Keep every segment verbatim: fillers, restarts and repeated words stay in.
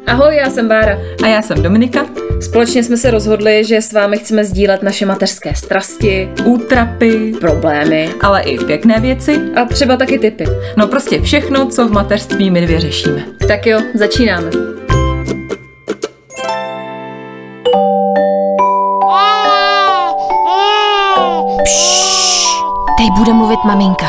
Ahoj, já jsem Bára. A já jsem Dominika. Společně jsme se rozhodli, že s vámi chceme sdílet naše mateřské strasti, útrapy, problémy, ale i pěkné věci. A třeba taky tipy. No prostě všechno, co v mateřství my dvě řešíme. Tak jo, začínáme. Pšš, teď bude mluvit maminka.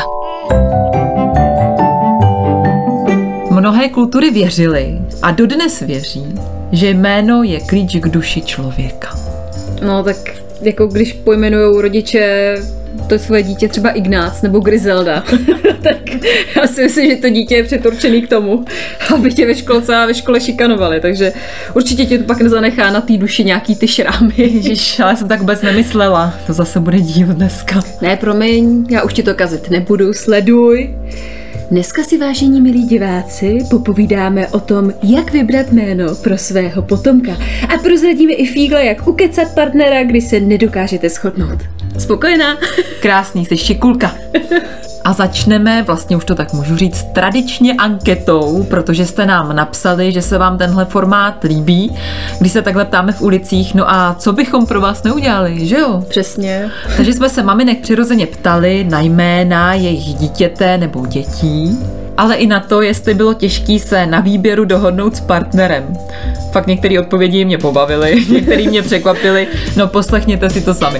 Mnohé kultury věřily a dodnes věří, že jméno je klíč k duši člověka. No tak jako když pojmenujou rodiče to svoje dítě třeba Ignác nebo Griselda, tak já si myslím, že to dítě je předurčený k tomu, aby tě ve školce a ve škole šikanovali, takže určitě tě to pak nezanechá na té duši nějaký ty šrámy. Ježiš, ale jsem tak vůbec nemyslela, to zase bude díl dneska. Ne, promiň, já už ti to kazit nebudu, sleduj. Dneska si, vážení milí diváci, popovídáme o tom, jak vybrat jméno pro svého potomka a prozradíme i fígle, jak ukecat partnera, když se nedokážete shodnout. Spokojená? Krásný, jsi šikulka. A začneme, vlastně už to tak můžu říct, tradičně anketou, protože jste nám napsali, že se vám tenhle formát líbí, když se takhle ptáme v ulicích, no a co bychom pro vás neudělali, že jo? Přesně. Takže jsme se maminek přirozeně ptali na jména jejich dítěte nebo dětí, ale i na to, jestli bylo těžké se na výběru dohodnout s partnerem. Fakt některé odpovědi mě pobavily, některé mě překvapily, no poslechněte si to sami.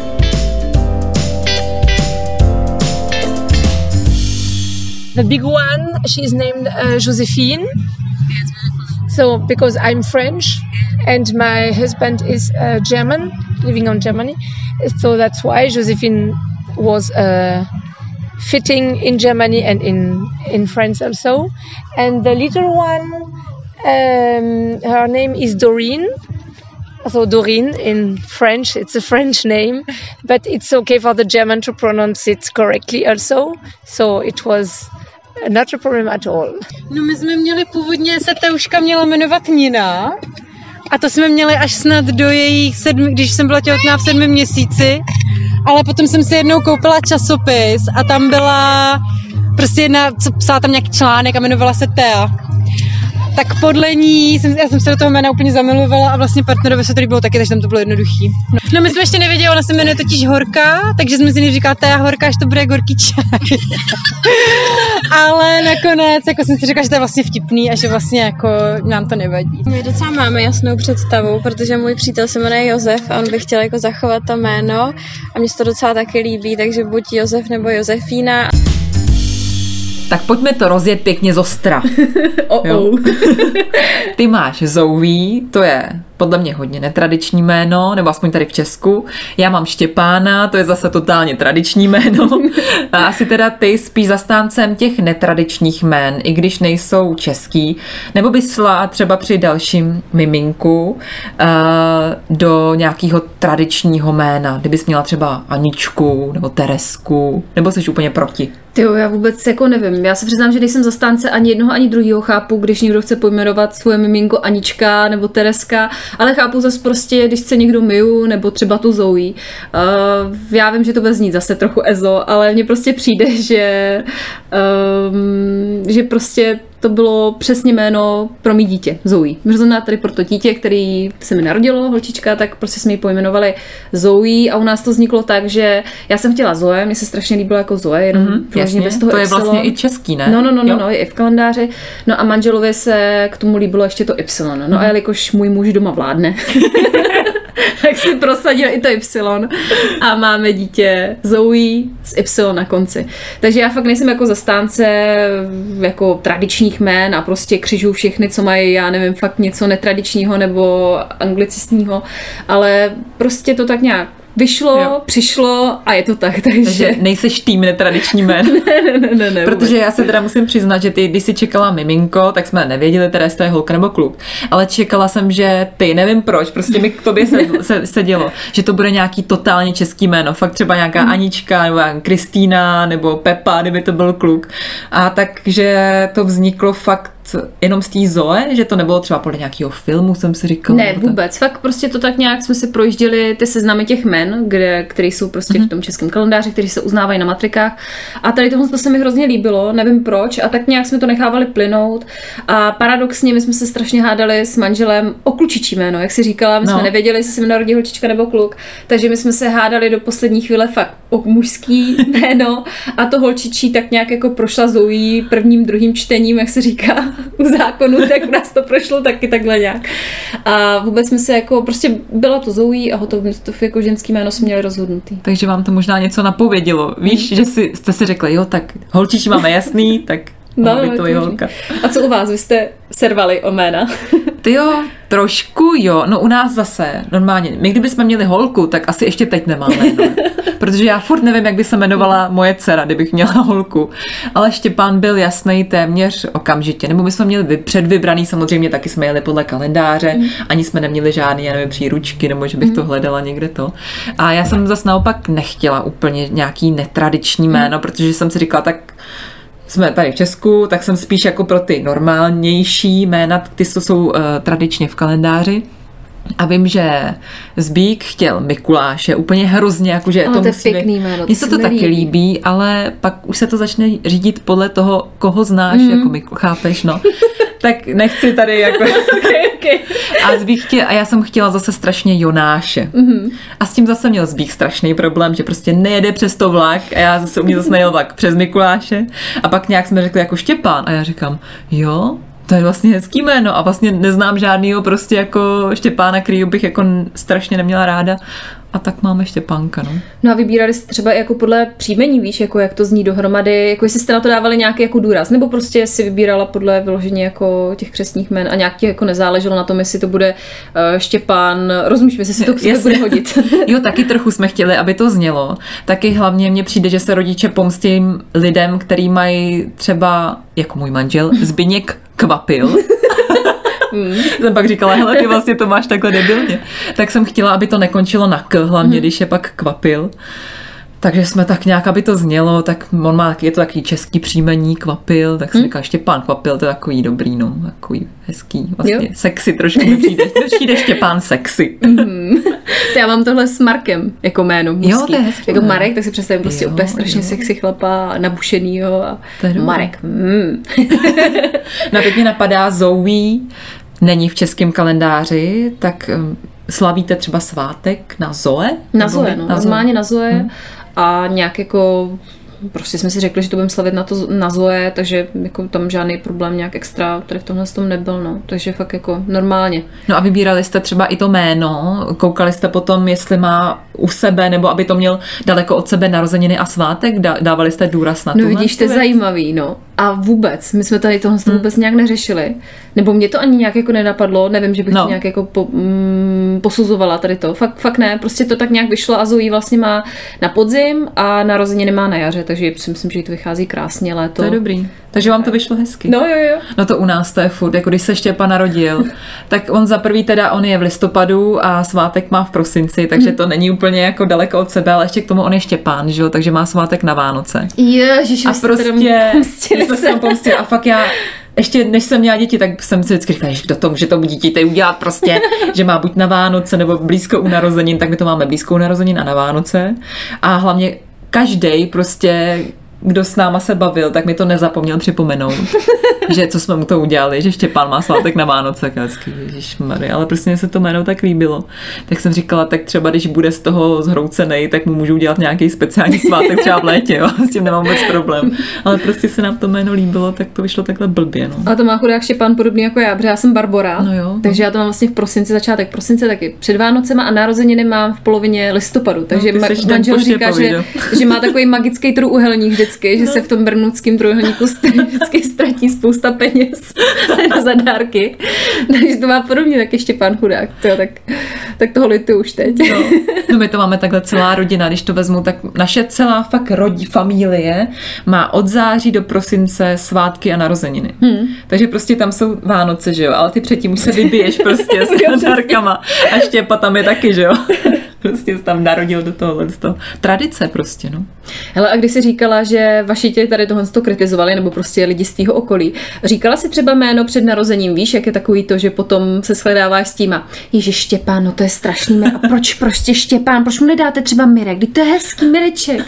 The big one, she's named uh, Josephine. So, because I'm French and my husband is uh, German, living on Germany, so that's why Josephine was uh, fitting in Germany and in, in France also. And the little one, um, her name is Doreen. So Doreen in French, it's a French name, but it's okay for the German to pronounce it correctly also. So it was not a problem at all. No my jsme měli původně, se Teuška měla jmenovat Nina a to jsme měli až snad do jejich sedmi, když jsem byla těhotná v sedmém měsíci, ale potom jsem si jednou koupila časopis a tam byla prostě jedna, co psala tam nějaký článek a jmenovala se Tea. Tak podle ní, jsem, já jsem se do toho jména úplně zamilovala a vlastně partnerovi se tady bylo taky, takže tam to bylo jednoduchý. No, no my jsme ještě nevěděli, ona se jmenuje totiž Horka, takže jsme si než říkala, Tea Horka, až to bude gorký čaj. Ale nakonec jako jsem si říkala, že to je vlastně vtipný a že vlastně jako nám to nevadí. My docela máme jasnou představu, protože můj přítel se jmenuje Josef a on by chtěl jako zachovat to jméno a mně se to docela taky líbí, takže buď Josef nebo Josefína. Tak pojďme to rozjet pěkně zostra. oh, oh. Ty máš Zoe, to je podle mě hodně netradiční jméno, nebo aspoň tady v Česku. Já mám Štěpána, to je zase totálně tradiční jméno. A asi teda ty spíš zastáncem těch netradičních jmén, i když nejsou český. Nebo bys šla třeba při dalším miminku uh, do nějakého tradičního jména, kdybys měla třeba Aničku nebo Teresku, nebo jsi úplně proti? Tyjo, já vůbec jako nevím. Já se přiznám, že nejsem zastánce ani jednoho, ani druhého. Chápu, když někdo chce pojmenovat svoje miminko Anička nebo Tereska, ale chápu zase prostě, když chce někdo Miu nebo třeba tu Zoe. Uh, já vím, že to bude znít zase trochu ezo, ale mně prostě přijde, že, um, že prostě to bylo přesně jméno pro mý dítě, Zoe. Znamená tady pro to dítě, který se mi narodilo, holčička, tak prostě jsme ji pojmenovali Zoe a u nás to vzniklo tak, že já jsem chtěla Zoe, mně se strašně líbilo jako Zoe, jenom mm-hmm, jasně, bez toho to je Y. vlastně i český, ne? No, no, no, no, no, je i v kalendáři. No a manželovi se k tomu líbilo ještě to Y. No mm. a jelikož můj muž doma vládne, tak si prosadil i to Y a máme dítě Zoe s Y na konci. Takže já fakt nejsem jako zastánce jako tradičních jmén a prostě křižuju všechny, co mají, já nevím, fakt něco netradičního nebo anglicistního, ale prostě to tak nějak vyšlo, jo. Přišlo a je to tak, takže... takže nejseš tým netradiční jmén. ne, ne, ne, ne, ne. Protože já se teda musím přiznat, že ty, když jsi čekala miminko, tak jsme nevěděli teda, jestli to je holka nebo kluk. Ale čekala jsem, že ty, nevím proč, prostě mi k tobě se, se, se dělo, že to bude nějaký totálně český jméno. Fakt třeba nějaká Anička, nebo Kristýna, nebo Pepa, kdyby to byl kluk. A takže to vzniklo fakt fakt jenom z té Zoe, že to nebylo třeba podle nějakého filmu, jsem si říkala. Ne, vůbec. Fakt prostě to tak nějak jsme si projížděli ty seznamy těch men, kde, které jsou prostě mm-hmm. v tom českém kalendáři, kteří se uznávají na matrikách. A tady tohle to se mi hrozně líbilo, nevím proč, a tak nějak jsme to nechávali plynout. A paradoxně my jsme se strašně hádali s manželem o klučičí jméno, jak si říkala, my no. jsme nevěděli, jestli se mi narodí holčička nebo kluk, takže my jsme se hádali do poslední chvíle fakt o mužský jméno a to holčičí tak nějak jako prošla Zoe prvním, druhým čtením, jak se říká u zákonu, tak u nás to prošlo taky takhle nějak. A vůbec jsme se jako, prostě byla to Zoe a hotový, to jako ženský jméno jsme měli rozhodnutý. Takže vám to možná něco napovědělo. Víš, že si, jste si řekli, jo, tak holčičí máme jasný, tak no, to je holka. A co u vás? Vy jste servali o jména? Ty jo, trošku jo. No u nás zase, normálně. My kdybychom měli holku, tak asi ještě teď nemáme jméno. Protože já furt nevím, jak by se jmenovala moje dcera, kdybych měla holku. Ale Štěpán byl jasný téměř okamžitě. Nebo my jsme měli předvybraný, samozřejmě taky jsme jeli podle kalendáře, mm. ani jsme neměli žádný, já nevím, příručky, nebo že bych mm. to hledala někde to. A já jsem zase naopak nechtěla úplně nějaký netradiční jméno, mm. protože jsem si říkala, tak jsme tady v Česku, tak jsem spíš jako pro ty normálnější jména, ty, co jsou uh, tradičně v kalendáři. A vím, že Zbík chtěl Mikuláše úplně hrozně, jakože oh, to, to musí pěkný jméno. Mně se to taky líbí. líbí, ale pak už se to začne řídit podle toho, koho znáš, mm. jako Miku, chápeš, no. Tak nechci tady jako... okay, okay. A Zbík chtěl, a já jsem chtěla zase strašně Jonáše. Mm-hmm. A s tím zase měl Zbík strašný problém, že prostě nejede přes to vlak a já zase u mě zase nejel vlak přes Mikuláše. A pak nějak jsme řekli jako Štěpán a já říkám, jo, to je vlastně hezký jméno a vlastně neznám žádnýho prostě jako Štěpána, kterýho bych jako strašně neměla ráda. A tak máme Štěpánka, no. No a vybírali jste třeba jako podle příjmení, víš, jako jak to zní dohromady, jako jestli jste na to dávali nějaký jako důraz, nebo prostě si vybírala podle vyložení jako těch křestních jmen a nějak ti jako nezáleželo na tom, jestli to bude uh, Štěpán, rozumíš, jestli si to k sobě bude hodit. Jo, taky trochu jsme chtěli, aby to znělo. Taky hlavně mně přijde, že se rodiče pomstí lidem, který mají třeba, jako můj manžel, Zbyněk Kvapil. Hmm. Jsem pak říkala, hele, ty vlastně to máš takhle debilně. Tak jsem chtěla, aby to nekončilo na k, hlavně hmm. když je pak Kvapil. Takže jsme tak nějak, aby to znělo, tak on má, je to takový český příjmení Kvapil, tak jsem hmm. říkala, Štěpán Kvapil, to je takový dobrý, no, takový hezký, vlastně jo. Sexy trošku mi přijde, přijde Štěpán sexy. Hmm. Já mám tohle s Markem jako jméno mužský. Jo, to je hezký, jako Marek, tak si představím prostě jo, úplně strašně jo. sexy chlapa, nabušenýho a Marek. Mm. No a teď mě napadá Zoe, není v českém kalendáři, tak um, slavíte třeba svátek na Zoe? Na Zoe, no, normálně na Zoe hmm. a nějak jako prostě jsme si řekli, že to budeme slavit na, to, na Zoe, takže jako tam žádný problém nějak extra tady v tomhle tom nebyl, no. Takže fakt jako normálně. No a vybírali jste třeba i to jméno, koukali jste potom, jestli má u sebe, nebo aby to měl daleko od sebe narozeniny a svátek, dávali jste důraz na to? No vidíš, to je zajímavý, no. A vůbec, my jsme tady tohle hmm. vůbec nějak neřešili. Nebo mě to ani nějak jako nenapadlo, nevím, že bych no. to nějak jako po, mm, posuzovala tady to. Fakt, fakt ne, prostě to tak nějak vyšlo a Zoe vlastně má na podzim a narozeniny má na jaře, takže si myslím, že to vychází krásně léto. To je dobrý. Takže vám to vyšlo hezky. No jo, jo. No to u nás to je furt, jako když se Štěpán narodil, tak on za prvý teda, on je v listopadu a svátek má v prosinci, takže to není úplně jako daleko od sebe, ale ještě k tomu on je Štěpán, že jo, takže má svátek na Vánoce. Ježiši, a prostě jsme se tam pomstili a fakt já ještě než jsem měla děti, tak jsem si vždycky říkala, že kdo to může tomu dítěti udělat prostě, že má buď na Vánoce nebo blízko u narozenin, tak my to máme blízko u narozenin a na Vánoce. A hlavně každej prostě, kdo s náma se bavil, tak mi to nezapomněl připomenout, že co jsme mu to udělali, že Štěpán má svátek na Vánoce. Ježišmarja, ale prostě mě se to jméno tak líbilo. Tak jsem říkala, tak třeba když bude z toho zhroucenej, tak mu můžu udělat nějaký speciální svátek třeba v létě, jo? S tím nemám vůbec problém. Ale prostě se nám to jméno líbilo, tak to vyšlo takhle blbě. No. Ale to má chudák Štěpán podobný jako já, protože já jsem Barbora, no jo, takže já to mám vlastně v prosinci, začátek prosince, taky před Vánocema a narozeniny mám v polovině listopadu, takže no, ma- manžel říká, že, že má takový magický trojúhelník vždycky, že no. se v tom brnutském trojúhelníku vždycky ztratí spousta peněz za dárky. Takže to má podobně taky Štěpán chudák. To, tak, tak toho lituju už teď. No. no my to máme takhle celá rodina, když to vezmu, tak naše celá fakt rodí familie má od září do prosince svátky a narozeniny. Hmm. Takže prostě tam jsou Vánoce, že jo, ale ty předtím už se vybiješ prostě s dárkama a Štěpa tam je taky, že jo. prostě se tam narodil do toho, do toho. Tradice prostě, no. Hele, a když jsi říkala, že vaši tě tady tohle to kritizovali, nebo prostě lidi z tvýho okolí, říkala si třeba jméno před narozením, víš, jak je takový to, že potom se shledáváš s tím a Ježiš, Štěpán, no to je strašný jméno. A proč prostě Štěpán? Proč mu nedáte třeba Mirek? Když to je hezký Mireček.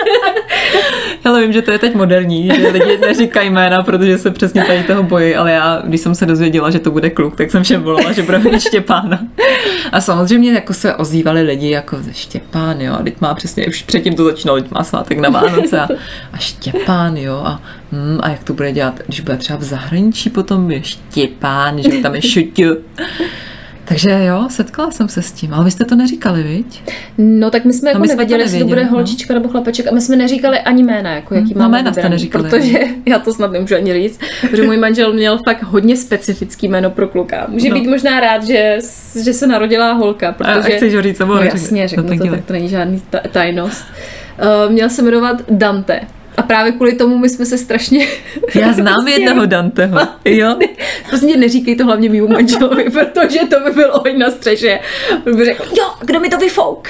Hele, vím, že to je teď moderní, že lidi neříkají jména, protože se přesně tady toho bojí, ale já, když jsem se dozvěděla, že to bude kluk, tak jsem všem volala, že bude mít Štěpána. A samozřejmě jako se ozývali lidi jako Štěpán, jo, a teď má přesně, už předtím to začínalo, teď má svátek na Vánoce a, a Štěpán, jo, a, hm, a jak to bude dělat, když bude třeba v zahraničí, potom je Štěpán, že tam je Šuťu. Takže jo, setkala jsem se s tím, ale vy jste to neříkali, viď? No tak my jsme no, jako my jsme nevěděli, to jestli to bude holčička no. nebo chlapeček a my jsme neříkali ani jména, jako jaký no, máme jména jste neříkali. Protože já to snad nemůžu ani říct, protože můj manžel měl fakt hodně specifický jméno pro kluka. Může no. být možná rád, že, že se narodila holka, protože... A chceš ho říct, nebo no, jasně, řeknu no, to, tak to není žádný tajnost. Uh, měl se jmenovat Dante. A právě kvůli tomu my jsme se strašně... Já znám prostě jednoho Danteho. Jo? Prostě neříkej to hlavně mýmu manželovi, protože to by byl oheň na střeše. On by řekl, jo, kdo mi to vyfouk?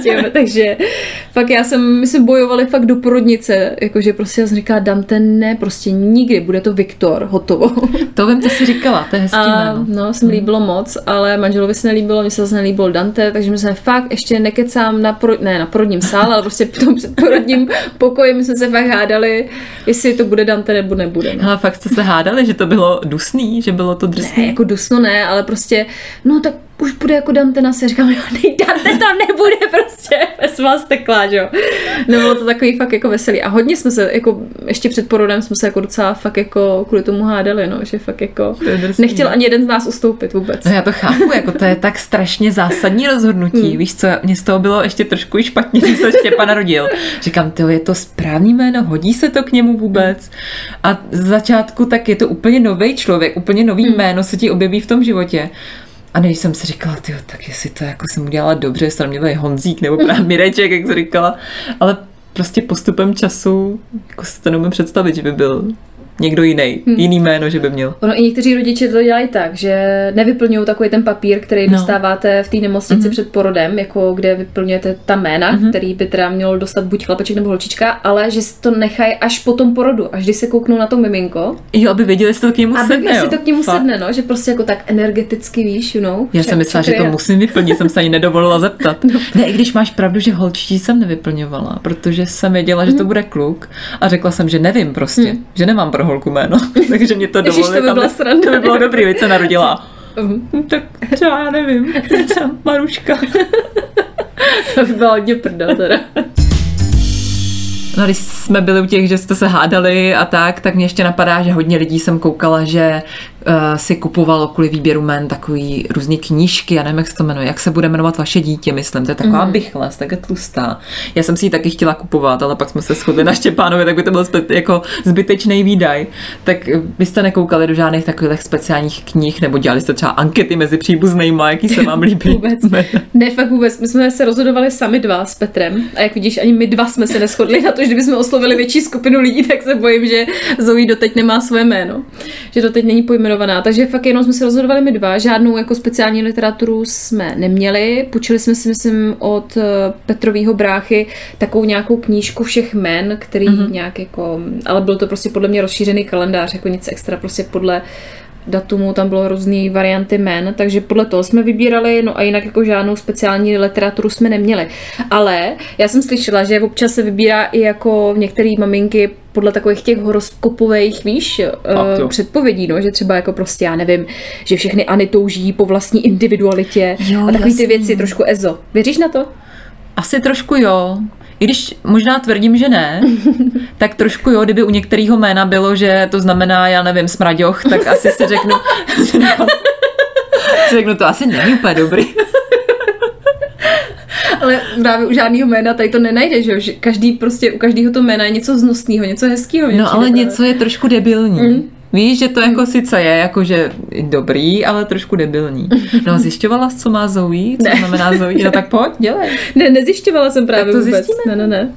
Takže fakt já jsem, my jsme bojovali fakt do porodnice, jakože prostě já jsem říkala, Dante ne, prostě nikdy, bude to Viktor, hotovo. To vím, ty jsi říkala, to je hezký jméno. No, se mi líbilo moc, ale manželovi se nelíbilo, mně se zase nelíbilo Dante, takže my jsme fakt ještě nekecám na, pro, ne, na porodním sále, ale prostě v tom předporodním pokoji my jsme se fakt hádali, jestli to bude Dante nebo nebude. No. Ale fakt jste se hádali, že to bylo dusný, že bylo to drsný? Ne, jako dusno ne, ale prostě, no tak už bude jako Dante na se, říkám, jo, nej, Dante tam nebude prostě, bez vás tekla, jo. No bylo to takový fakt jako veselý a hodně jsme se, jako ještě před porodem jsme se jako docela fakt jako kvůli tomu hádali, no, že fakt jako nechtěl ani jeden z nás ustoupit vůbec. No já to chápu, jako to je tak strašně zásadní rozhodnutí, hmm. víš co, mně z toho bylo ještě trošku i špatně, když se Štěpán narodil. Říkám, tyjo, je to správný jméno, hodí se to k němu vůbec? A z začátku tak je to úplně nový člověk, úplně nový hmm. jméno se ti objeví v tom životě. A než jsem si říkala, tyjo, tak jestli to jako jsem udělala dobře, jestli tam měla Honzík nebo právě Mireček, jak jsi říkala, ale prostě postupem času jako si to neumím představit, že by byl někdo jiný, hmm. jiný jméno, že by měl. Ono i někteří rodiče to dělají tak, že nevyplňují takový ten papír, který no. dostáváte v té nemocnici mm-hmm. před porodem, jako kde vyplňujete ta jména, mm-hmm. který by teda měl dostat buď chlapeček nebo holčička, ale že si to nechají až po tom porodu, až když se kouknou na to miminko. Jo, aby věděli, jestli to k němu aby sedne. Aby to k němu sedne, no, že prostě jako tak energeticky víš, you know. Já jsem myslela, že to musím vyplnit, jsem se ani nedovolila zeptat. No. Ne, i když máš pravdu, že holčičí jsem nevyplňovala, protože jsem věděla, že to bude kluk a řekla jsem, že nevím prostě, mm. že nemám pro holku jméno. Takže mě to dovolili. To by byla sranda. To by bylo dobrý, víc se narodila. Uh-huh. Tak třeba já nevím, třeba Maruška. To by byla hodně prda teda. No, když jsme byli u těch, že jste se hádali a tak, tak mě ještě napadá, že hodně lidí jsem koukala, že uh, si kupovalo kvůli výběru jmen takový různý knížky, já nevím, jak se to jmenuje, jak se bude jmenovat vaše dítě, myslím, to je taková mm. bychles, tak je tlustá. Já jsem si ji taky chtěla kupovat, ale pak jsme se shodli na Štěpánovi, tak by to byl zbyt, jako zbytečný výdaj. Tak byste nekoukali do žádných takových speciálních knih, nebo dělali jste třeba ankety mezi příbuznejma, jaký se vám líbí? Vůbec. Ne, fakt vůbec. My jsme se rozhodovali sami dva s Petrem a jak vidíš, ani my dva jsme se neshodli na to, že kdybychom oslovili větší skupinu lidí, tak se bojím, že Zoe doteď nemá své jméno. Že doteď není pojmenovaná. Takže fakt jenom jsme se rozhodovali my dva. Žádnou jako speciální literaturu jsme neměli. Půjčili jsme si, myslím, od Petrovýho bráchy takovou nějakou knížku všech jmen, který mm-hmm. nějak jako, ale byl to prostě podle mě rozšířený kalendář, jako nic extra, prostě podle datumu tam bylo různý varianty jmen, takže podle toho jsme vybírali, no a jinak jako žádnou speciální literaturu jsme neměli. Ale já jsem slyšela, že občas se vybírá i jako některé maminky podle takových těch horoskopových, víš, uh, předpovědí, no, že třeba jako prostě, já nevím, že všechny Anny touží po vlastní individualitě jo, a takový ty věci, trošku ezo. Věříš na to? Asi trošku jo. I když možná tvrdím, že ne, tak trošku jo, kdyby u některého jména bylo, že to znamená, já nevím, smraďoch, tak asi si řeknu, si řeknu, to asi není úplně dobrý. Ale právě u žádného jména tady to nenajde, že každý prostě, u každého to jména je něco znosného, něco hezkého. No ale něco je trošku debilní. Mm. Víš, že to jako sice je jakože dobrý, ale trošku debilní. No a zjišťovala jsi, co má Zoe? Co ne. znamená Zoe? No tak pojď, dělej. Ne, nezjišťovala jsem právě tak to vůbec. Zjistíme. Ne, ne, ne.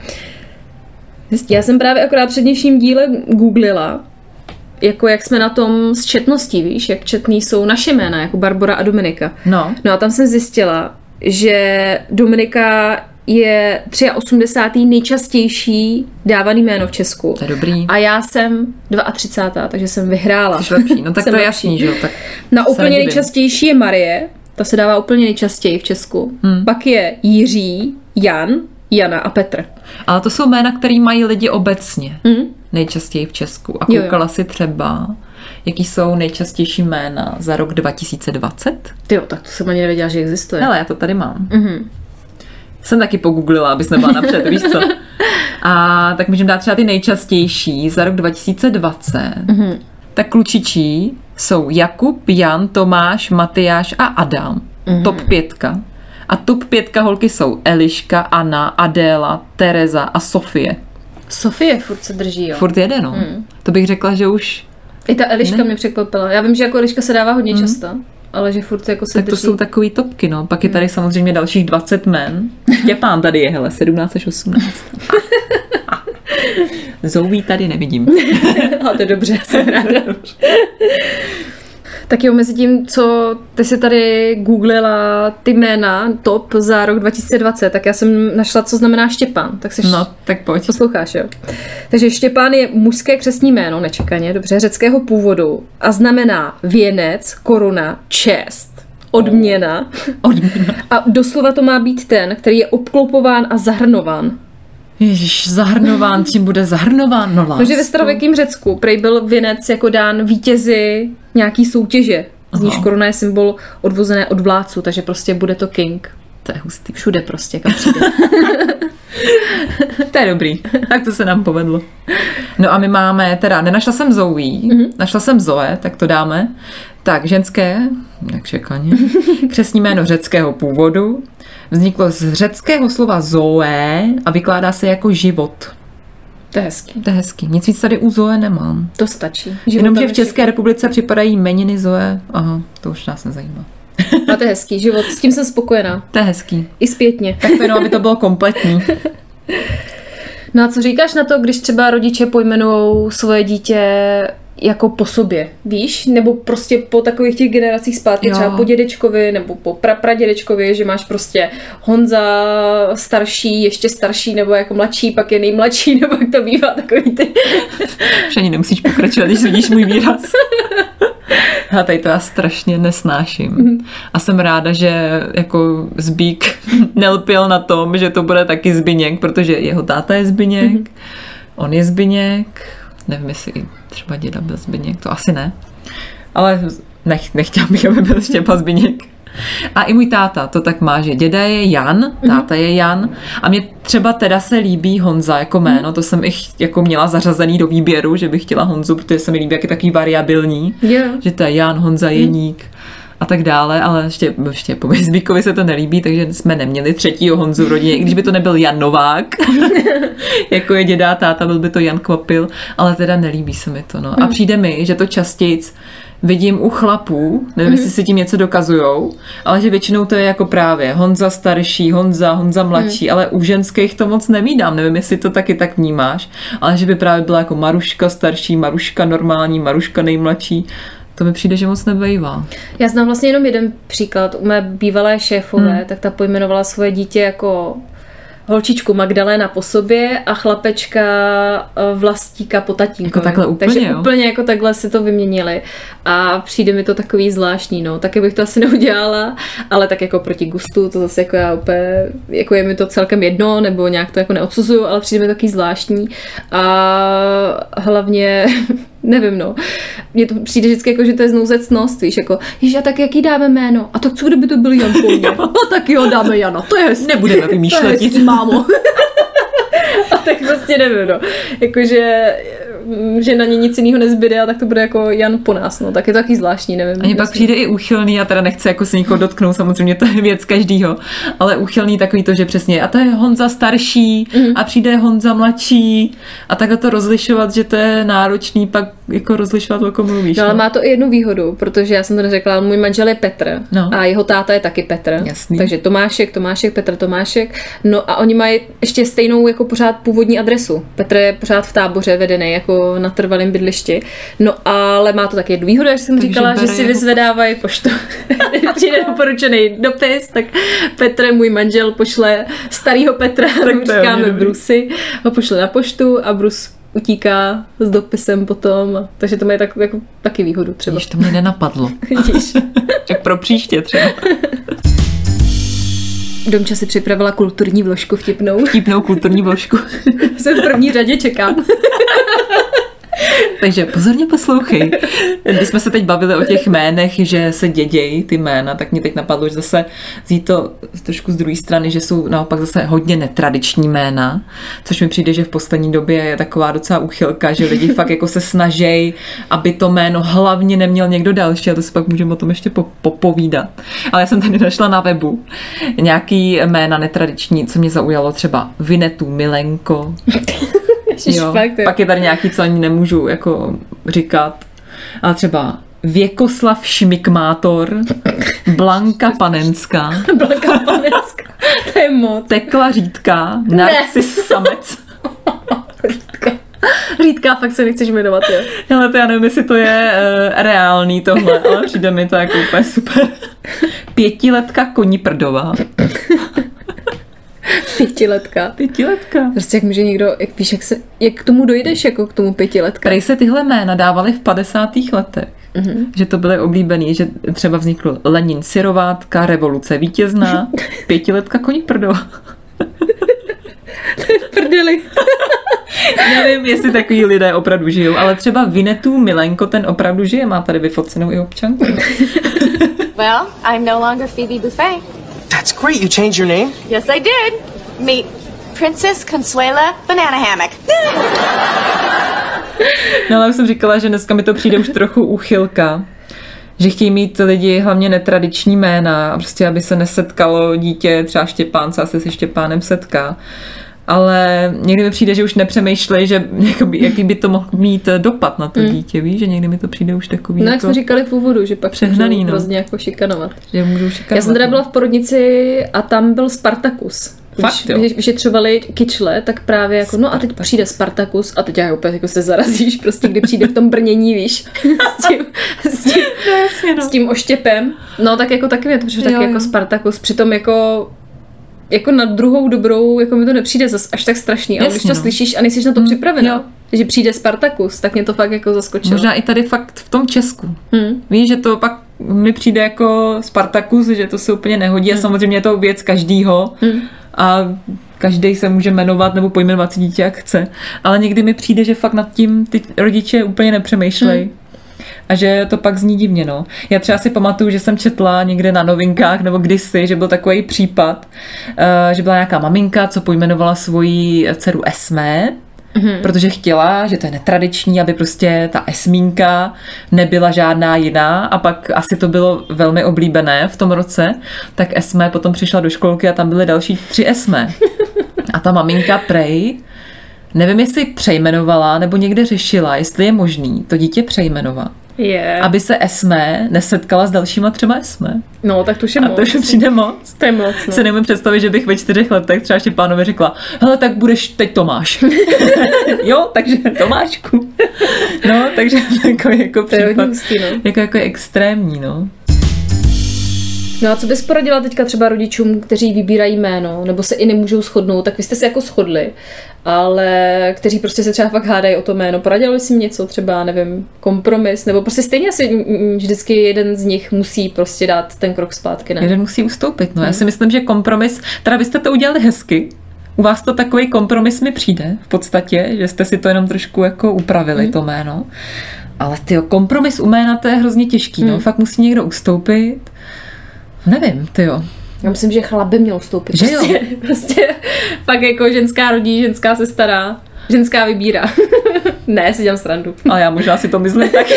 Já jsem právě akorát před dnešním díle googlila, jako jak jsme na tom s četností, víš, jak četný jsou naše jména, jako Barbora a Dominika. No. No a tam jsem zjistila, že Dominika je osmdesátý třetí nejčastější dávaný jméno v Česku. To je dobrý. A já jsem třicátá druhá takže jsem vyhrála. Jsi lepší, no tak jsem to je lepší. jasný, že jo. Tak Na úplně nejčastější je Marie, ta se dává úplně nejčastěji v Česku. Hmm. Pak je Jiří, Jan, Jana a Petr. Ale to jsou jména, které mají lidi obecně. Hmm. Nejčastěji v Česku. A koukala jo, jo. si třeba, jaký jsou nejčastější jména za rok dva tisíce dvacet? Tyjo, tak to jsem ani nevěděla, že existuje. Hele, já to tady mám. Mm-hmm. Jsem taky pogooglila, abys nebyla napřed, víš co? A tak můžeme dát třeba ty nejčastější za rok dva tisíce dvacet. Mm-hmm. Tak klučičí jsou Jakub, Jan, Tomáš, Matyáš a Adam. Mm-hmm. Top pětka. A top pětka holky jsou Eliška, Anna, Adéla, Tereza a Sofie. Sofie furt se drží, jo? Furt jede, no. Mm. To bych řekla, že už... I ta Eliška ne. mě překvapila. Já vím, že jako Eliška se dává hodně mm. často, ale že furt jako se tak drží. To jsou takový topky, no. Pak je tady mm. samozřejmě dalších dvacet men. Štěpán tady je, hele, sedmnáct až osmnáct. Zoe tady nevidím. A to je dobře, jsem ráda. Tak jo, mezi tím, co ty si tady googlila ty jména top za rok dva tisíce dvacet, tak já jsem našla, co znamená Štěpán. Tak jsi no, tak pojď. Posloucháš, jo? Takže Štěpán je mužské křestní jméno, nečekaně, dobře, řeckého původu a znamená věnec, koruna, čest, odměna. Odměna. A doslova to má být ten, který je obklopován a zahrnován. Ježiš, zahrnován, čím bude zahrnován? No lásku. Takže ve starověkém Řecku prej byl věnec jako dán vítězi nějaký soutěže. Z níž koruna je symbol odvozené od vládců, takže prostě bude to king. To je hustý. Všude prostě, kam přijde. To je dobrý. Tak to se nám povedlo. No a my máme, teda, nenašla jsem Zoe, mm-hmm. našla jsem Zoe, tak to dáme. Tak, ženské, jak čekaně, křestní jméno řeckého původu. Vzniklo z řeckého slova Zoe a vykládá se jako život. To je hezký. To je hezký. Nic víc tady u Zoe nemám. To stačí. Jenomže v České republice připadají jmeniny Zoe. Aha, to už nás nezajímá. A to je hezký. Život, s tím jsem spokojená. To je hezký. I zpětně. Tak to jenom, aby to bylo kompletní. No a co říkáš na to, když třeba rodiče pojmenujou svoje dítě jako po sobě, víš? Nebo prostě po takových těch generacích zpátky, jo. Třeba po dědečkovi nebo po prapradědečkovi, že máš prostě Honza starší, ještě starší, nebo jako mladší, pak je nejmladší, nebo jak to bývá, takový ty. Už ani nemusíš pokračovat, když vidíš můj výraz. Já tady to já strašně nesnáším. Mm. A jsem ráda, že jako Zbík nelpěl na tom, že to bude taky Zbyněk, protože jeho táta je Zbyněk, mm. on je Zbyněk, nevím, jestli třeba děda byl Zbyněk, to asi ne. Ale nech, nechtěla bych, aby byl Štěpa Zbyněk. A i můj táta to tak má, že děda je Jan, táta je Jan a mě třeba teda se líbí Honza jako jméno, to jsem i jako měla zařazený do výběru, že bych chtěla Honzu, protože se mi líbí, jak je takový variabilní, yeah. že to je Jan, Honza, Jeník a tak dále, ale ještě, ještě po Zbíkovi se to nelíbí, takže jsme neměli třetího Honzu v rodině, i když by to nebyl Jan Novák, jako je děda, táta, byl by to Jan Kvapil, ale teda nelíbí se mi to, no. A přijde mi, že to častějc vidím u chlapů, nevím, jestli si tím něco dokazujou, ale že většinou to je jako právě Honza starší, Honza, Honza mladší, mm. ale u ženských to moc nevídám, nevím, jestli to taky tak vnímáš, ale že by právě byla jako Maruška starší, Maruška normální, Maruška nejmladší, to mi přijde, že moc nebejvá. Já znám vlastně jenom jeden příklad. U mé bývalé šéfové, mm. tak ta pojmenovala svoje dítě jako holčičku Magdaléna po sobě a chlapečka Vlastíka po tatínkovi. Jako takhle úplně, Takže jo? úplně jako takhle si to vyměnili. A přijde mi to takový zvláštní, no. Taky bych to asi neudělala, ale tak jako proti gustu, to zase jako já úplně, jako je mi to celkem jedno, nebo nějak to jako neodsuzuju, ale přijde mi takový zvláštní. A hlavně nevím, no. Mně to přijde vždycky jako, že to je znouzecnost, víš, jako, jež, a tak jaký dáme jméno? A tak co, kdyby to byl Jan po mně? No tak jo, dáme Jana, to je hezký. Nebudeme vymýšlet. To je hezký, mámo. A tak prostě nevím, no. Jakože, že na ně nic jiného nezbyde a tak to bude jako Jan po nás, no. Tak je to taky zvláštní, nevím. A mě pak přijde i úchylný, já teda nechci jako se někoho dotknout, samozřejmě to je věc každýho, ale úchylný takový to, že přesně, a to je Honza starší mm. a přijde Honza mladší a takhle to rozlišovat, že to je náročný pak jako rozlišovat, o kom mluvíš. No ale má to i jednu výhodu, protože já jsem to neřekla, můj manžel je Petr no. a jeho táta je taky Petr. Jasný. Takže Tomášek, Tomášek, Petr, Tomášek. No a oni mají ještě stejnou jako pořád původní adresu. Petr je pořád v Táboře vedený jako na trvalém bydlišti. No ale má to taky jednu výhodu, jak jsem takže říkala, že si vyzvedávají poštu. Když přijde doporučený dopis, tak Petr, můj manžel, pošle starýho Petra, tak říkáme Brusy, ho pošle na poštu a Brus utíká s dopisem potom, takže to má tak, jako, taky výhodu třeba. Víš, to mě nenapadlo. Vidíš. Tak pro příště třeba. Domča si připravila kulturní vložku vtipnou. Vtipnou kulturní vložku. Jsem v první řadě, čekám. Takže pozorně poslouchej. Když jsme se teď bavili o těch jménech, že se dědějí ty jména, tak mě teď napadlo, že zase vzít to trošku z druhé strany, že jsou naopak zase hodně netradiční jména, což mi přijde, že v poslední době je taková docela úchylka, že lidi fakt jako se snaží, aby to jméno hlavně neměl někdo další, a to si pak můžeme o tom ještě popovídat. Ale já jsem tady našla na webu nějaký jména netradiční, co mě zaujalo, třeba Vinetu Milenko. Jo, fakt, pak je tady nějaký, co ani nemůžu jako říkat. Ale třeba Věkoslav Šmikmátor, Blanka Panenská, Blanka Panenská, to je moc. Tekla Řídka, Narcis Samec. Řídka. Řídka, fakt se nechceš jmenovat, jo? Ale to já nevím, jestli to je uh, reálný tohle, ale přijde mi to jako úplně super. Pětiletka Koniprdová. Pětiletka. Pětiletka. Prostě jak může někdo, jak víš, jak, se, jak k tomu dojdeš, jako k tomu pětiletka? Prej se tyhle jména dávaly v padesátých letech. Mm-hmm. Že to byly oblíbený, že třeba vznikl Lenin Syrovátka, Revoluce vítězná, Pětiletka Koniprdová. To je v prdeli. Nevím, jestli takový lidé opravdu žijou, ale třeba Vinetu Milenko, ten opravdu žije, má tady vyfocenou i občanku. Well, I'm no longer Phoebe Buffet. That's great. You changed your name? Yes, I did. Meet Princess Consuela Banana Hammock. No ale už jsem říkala, že dneska mi to přijde už trochu úchylka, že chtějí mít lidi hlavně netradiční jména a prostě aby se nesetkalo dítě, třeba Štěpán, co asi se Štěpánem setká. Ale někdy mi přijde, že už nepřemýšlej, že jakoby, jaký by to mohl mít dopad na to hmm. dítě, víš, že někdy mi to přijde už takový. No jak jako jsme říkali v úvodu, že pak přehnaný, můžou no. hrozně jako šikanovat. Že můžou šikanovat. Já jsem teda byla v porodnici a tam byl Spartakus. Fakt, když vyšetřovali kyčle, tak právě jako, no a teď přijde Spartakus a teď já opět jako se zarazíš, prostě kdy přijde v tom brnění, víš, s tím, s tím, no, jasně, no. s tím oštěpem. No tak jako taky mě to přišlo taky jako Spartakus, přitom jako jako na druhou dobrou, jako mi to nepřijde zas až tak strašný, ale když to no. slyšíš a nejsiš na to mm, připravená, jo. že přijde Spartakus, tak mě to fakt jako zaskočilo. Možná i tady fakt v tom Česku. Hmm. Víš, že to pak mi přijde jako Spartakus, že to se úplně nehodí hmm. a samozřejmě je to věc každýho hmm. a každý se může jmenovat nebo pojmenovat si dítě, jak chce, ale někdy mi přijde, že fakt nad tím ty rodiče úplně nepřemýšlej. Hmm. A že to pak zní divně, no. Já třeba si pamatuju, že jsem četla někde na novinkách nebo kdysi, že byl takový případ, uh, že byla nějaká maminka, co pojmenovala svoji dceru Esmé, mm-hmm. protože chtěla, že to je netradiční, aby prostě ta Esmínka nebyla žádná jiná a pak asi to bylo velmi oblíbené v tom roce, tak Esmé potom přišla do školky a tam byly další tři Esmé. A ta maminka prej nevím, jestli přejmenovala nebo někde řešila, jestli je možný to dítě přejmenovat. Yeah. Aby se Esmé nesetkala s dalšíma třema Esmé. No, tak to už je A moc. to už přijde moc. To je moc, no. Se nemůžu představit, že bych ve čtyřech letech třeba Štěpánovi řekla, hele, tak budeš teď Tomáš. Jo, takže Tomášku. No, takže jako, jako to je případ, hustý, no. jako, jako extrémní, no. No a co bys poradila teďka třeba rodičům, kteří vybírají jméno, nebo se i nemůžou shodnout, tak vy jste se jako shodli, ale kteří prostě se třeba fakt hádají o to jméno. Poradili si něco třeba, nevím, kompromis, nebo prostě stejně asi vždycky jeden z nich musí prostě dát ten krok zpátky, ne? Jeden musí ustoupit, no. Hmm. Já si myslím, že kompromis, teda vy jste to udělali hezky, u vás to takový kompromis mi přijde v podstatě, že jste si to jenom trošku jako upravili, hmm. to jméno. Ale tyjo, kompromis u jména to je hrozně těžký, hmm. no. Fakt musí někdo ustoupit. Nevím, tyjo. Já myslím, že chlap by měl vstoupit. Že prostě, jo? prostě fakt jako ženská rodí, ženská se stará, ženská vybírá. Ne, si dělám srandu. Ale já možná si to myslím taky.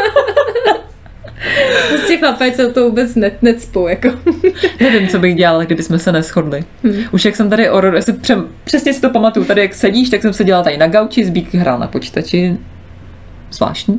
Prostě chlapec se to vůbec net, necpou, jako. Nevím, co bych dělala, kdyby jsme se neshodli. Hmm. Už jak jsem tady, o, si přem, přesně si to pamatuju, tady jak sedíš, tak jsem seděla tady na gauči, Zbík hrál na počítači. zvláštní.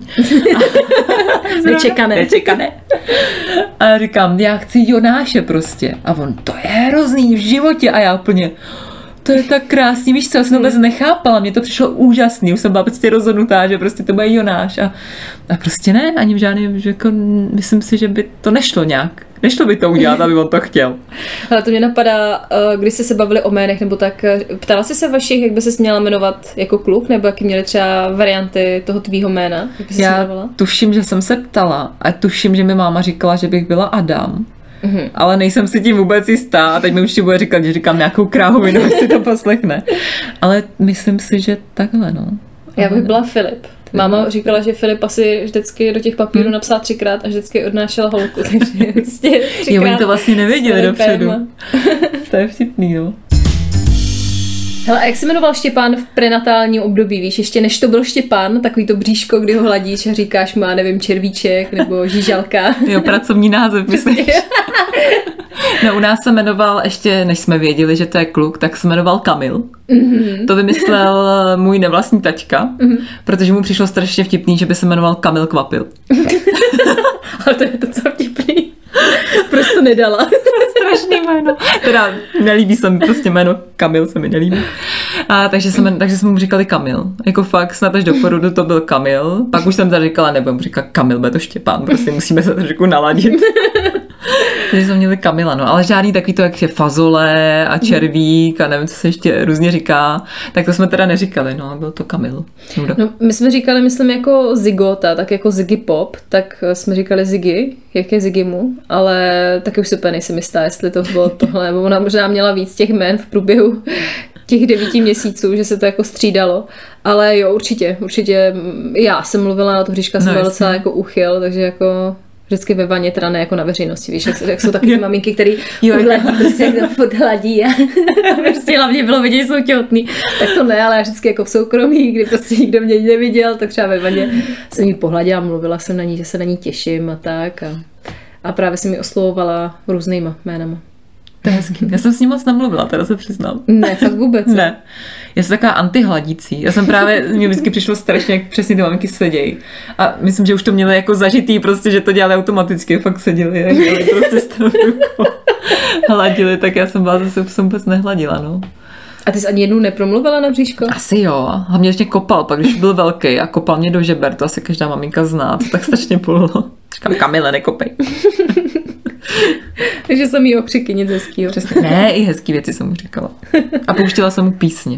Nečekané. Nečekané. A já říkám, já chci Jonáše prostě. A on, to je hrozný v životě. A já úplně, to je tak krásný, víš co, já jsem vůbec nechápala, mně to přišlo úžasný, už jsem byla prostě rozhodnutá, že prostě to bude Jonáš a, a prostě ne, ani v žádném, že jako, myslím si, že by to nešlo nějak, nešlo by to udělat, aby on to chtěl. Ale to mě napadá, když jste se bavili o jménech, nebo tak, ptala jsi se vašich, jak by ses měla jmenovat jako kluk, nebo jaký měli třeba varianty toho tvýho jména? Jak by Já tuším, že jsem se ptala a tuším, že mi máma říkala, že bych byla Adam. Mm-hmm. Ale nejsem si tím vůbec jistá a teď mi určitě bude říkat, že říkám nějakou krávovinu, až si to poslechne. Ale myslím si, že takhle, no. Já bych byla Filip. Máma říkala, že Filip asi vždycky do těch papírů hmm. napsal třikrát a vždycky odnášel holku, takže prostě třikrát. Jo, oni to vlastně nevěděli dopředu. To je vtipný, no. Hele, a jak se jmenoval Štěpán v prenatálním období, víš, ještě než to byl Štěpán, takový to bříško, kdy ho hladíš a říkáš má, nevím, červíček nebo žížalka. Jo, pracovní název, myslíš? No, u nás se jmenoval, ještě než jsme věděli, že to je kluk, tak se jmenoval Kamil. Mm-hmm. To vymyslel můj nevlastní taťka, mm-hmm. protože mu přišlo strašně vtipný, že by se jmenoval Kamil Kvapil. Ale to je to, co vtipný. Prostě nedala. Strašný jméno. Teda nelíbí se mi prostě jméno Kamil, se mi nelíbí. A takže jsme, takže jsme mu říkali Kamil. Jako fakt snad až do porodu to byl Kamil. Pak už jsem tady říkala, nebudem říkat Kamil, bude to Štěpán. Prostě musíme se trošku naladit. Takže jsme měli Kamila, no. Ale žádný takový to, jak je fazole a červík a nevím, co se ještě různě říká. Tak to jsme teda neříkali, no. Byl to Kamil. No, my jsme říkali, myslím, jako Zigota, tak jako Ziggy Pop, tak jsme říkali Ziggy, jak je Ziggymu, ale taky už super nejsem jistá, jestli to bylo tohle, nebo ona možná měla víc těch jmén v průběhu těch devíti měsíců, že se to jako střídalo, ale jo, určitě, určitě já jsem mluvila na to Hříška, jsem no, byla docela jako uchyl, takže jako vždycky ve vaně, teda ne jako na veřejnosti, víš, jak, jak jsou takové maminky, který hladí, prostě jak to furt hladí a prostě hlavně bylo vidět, že jsou těhotný, tak to ne, ale já vždycky jako v soukromí, kdy prostě nikdo mě neviděl, tak třeba ve vaně jsem jí pohladila, mluvila jsem na ní, že se na ní těším a tak a, a právě jsem ji oslovovala různýma jménama. To je hezký. Já jsem s ní moc nemluvila, teda se přiznám. Ne, fakt vůbec. Ne. Já jsem taková antihladící. Já jsem právě, mně vždycky přišlo strašně, jak přesně ty maminky sedějí. A myslím, že už to měli jako zažitý, prostě, že to dělali automaticky, fakt seděli a dělali prostě s tou rukou. Hladili, tak já jsem byla zase, jsem vůbec nehladila, no. A ty jsi ani jednou nepromluvila na bříško? Asi jo. A mě ještě kopal, pak když byl velký a kopal mě do žeber, to asi každá maminka zná, to tak strašně půlilo. Říkám, Kamile, nekopej. Takže jsem jí okřiky, nic hezkýho. Přesně. Ne, i hezký věci jsem mu říkala. A pouštěla jsem mu písně.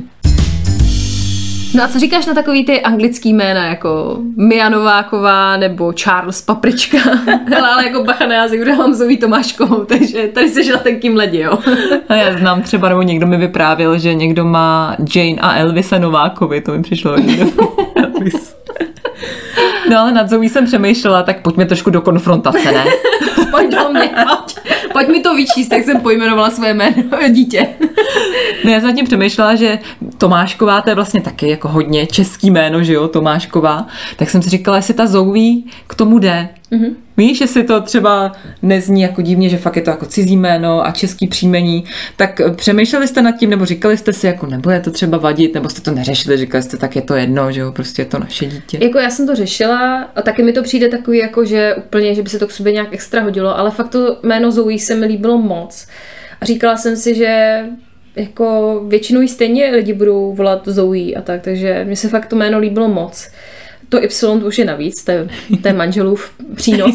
No a co říkáš na takový ty anglický jména, jako Mia Nováková nebo Charles Paprička? Hele, ale jako bacha na jazyk, protože mám Zoe Tomáškovou, takže tady seš na tenkým ledě, jo. A já znám třeba, nebo někdo mi vyprávěl, že někdo má Jane a Elvise Novákovi, to mi přišlo. Elvis. No ale nad Zoe jsem přemýšlela, tak pojďme trošku do konfrontace, ne? Pojď do mě, pojď, pojď mi to vyčíst, tak jsem pojmenovala své jméno, dítě. No já jsem nad tím přemýšlela, že Tomášková, to je vlastně taky jako hodně český jméno, že jo, Tomášková, tak jsem si říkala, jestli ta Zoe k tomu jde. Mm-hmm. Víš, jestli to třeba nezní jako divně, že fakt je to jako cizí jméno a český příjmení, tak přemýšleli jste nad tím, nebo říkali jste si, jako nebude to třeba vadit, nebo jste to neřešili, říkali jste, tak je to jedno, že jo, prostě je to naše dítě. Jako já jsem to řešila a taky mi to přijde takový, jako že úplně, že by se to k sobě nějak extra hodilo, ale fakt to jméno Zoe se mi líbilo moc. A říkala jsem si, že jako většinou jí stejně lidi budou volat Zoe a tak, takže mně se fakt to jméno líbilo moc. To Y už je navíc, to je, to je manželův přínos.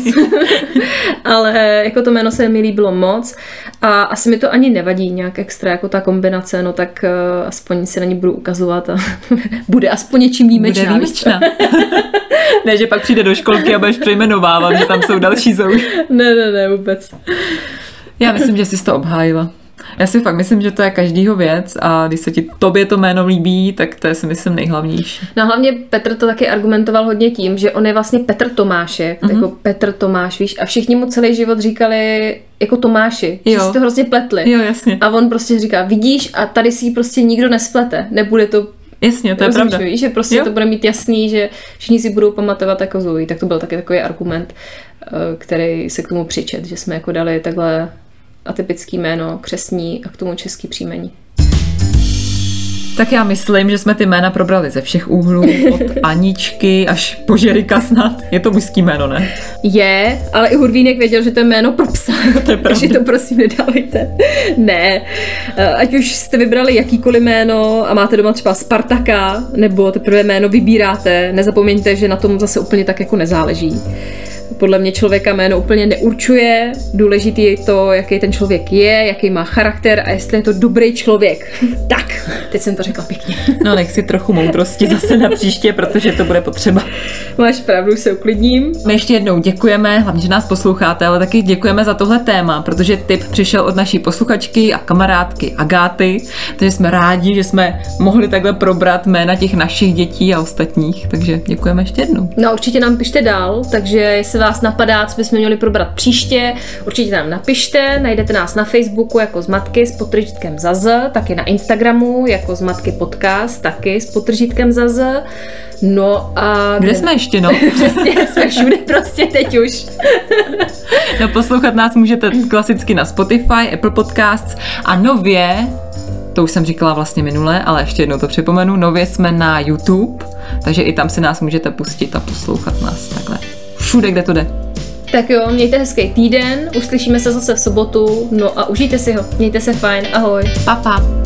Ale jako to jméno se mi líbilo moc a asi mi to ani nevadí nějak extra, jako ta kombinace, no tak uh, aspoň se na ní budu ukazovat a bude aspoň něčím výjimečná. Bude výjimečná. Ne, že pak přijde do školky a budeš přejmenovávat, že tam jsou další Zoe. Ne, ne, ne, vůbec. Já myslím, že jsi to obhájila. Já si fakt myslím, že to je každýho věc a když se ti tobě to jméno líbí, tak to je si myslím nejhlavnější. No hlavně Petr to taky argumentoval hodně tím, že on je vlastně Petr Tomášek, mm-hmm. jako Petr Tomáš, víš, a všichni mu celý život říkali jako Tomáši, jo. Že si to hrozně pletli. Jo, jasně. A on prostě říká, vidíš, a tady si ji prostě nikdo nesplete, nebude to. Jasně, to je pravda. Víš, že prostě jo. To bude mít jasný, že všichni si budou pamatovat jako Zoe, tak to byl taky takový argument, který se k tomu přičet, že jsme jako dali takhle atypický jméno, křestní a k tomu český příjmení. Tak já myslím, že jsme ty jména probrali ze všech úhlů, od Aničky až po Žerika snad. Je to mužský jméno, ne? Je, ale i Hurvínek věděl, že to je jméno pro psa, to je takže to prosím nedávejte. Ne, ať už jste vybrali jakýkoliv jméno a máte doma třeba Spartaka, nebo teprve jméno vybíráte, nezapomeňte, že na tom zase úplně tak jako nezáleží. Podle mě člověka jméno úplně neurčuje, důležitý je to, jaký ten člověk je, jaký má charakter a jestli je to dobrý člověk. Tak, teď jsem to řekla pěkně. No nech si trochu moudrosti zase na příště, protože to bude potřeba. Máš pravdu, se uklidním. My ještě jednou děkujeme, hlavně, že nás posloucháte, ale taky děkujeme za tohle téma, protože tip přišel od naší posluchačky a kamarádky Agáty, takže jsme rádi, že jsme mohli takhle probrat jména těch našich dětí a ostatních, takže děkujeme ještě jednou. No určitě nám pište dál, takže jestli vás napadá, co bychom měli probrat příště, určitě nám napište, najdete nás na Facebooku jako Zmatky s podtržítkem za Z, taky na Instagramu jako Zmatky podcast, taky s podtržítkem za Z. No a... Kde jsme ještě, no? Přesně, jsme všude prostě teď už. No poslouchat nás můžete klasicky na Spotify, Apple Podcasts a nově, to už jsem říkala vlastně minule, ale ještě jednou to připomenu, nově jsme na YouTube, takže i tam si nás můžete pustit a poslouchat nás takhle. Všude, kde to jde. Tak jo, mějte hezký týden, uslyšíme se zase v sobotu, no a užijte si ho, mějte se fajn, ahoj. Pa, pa.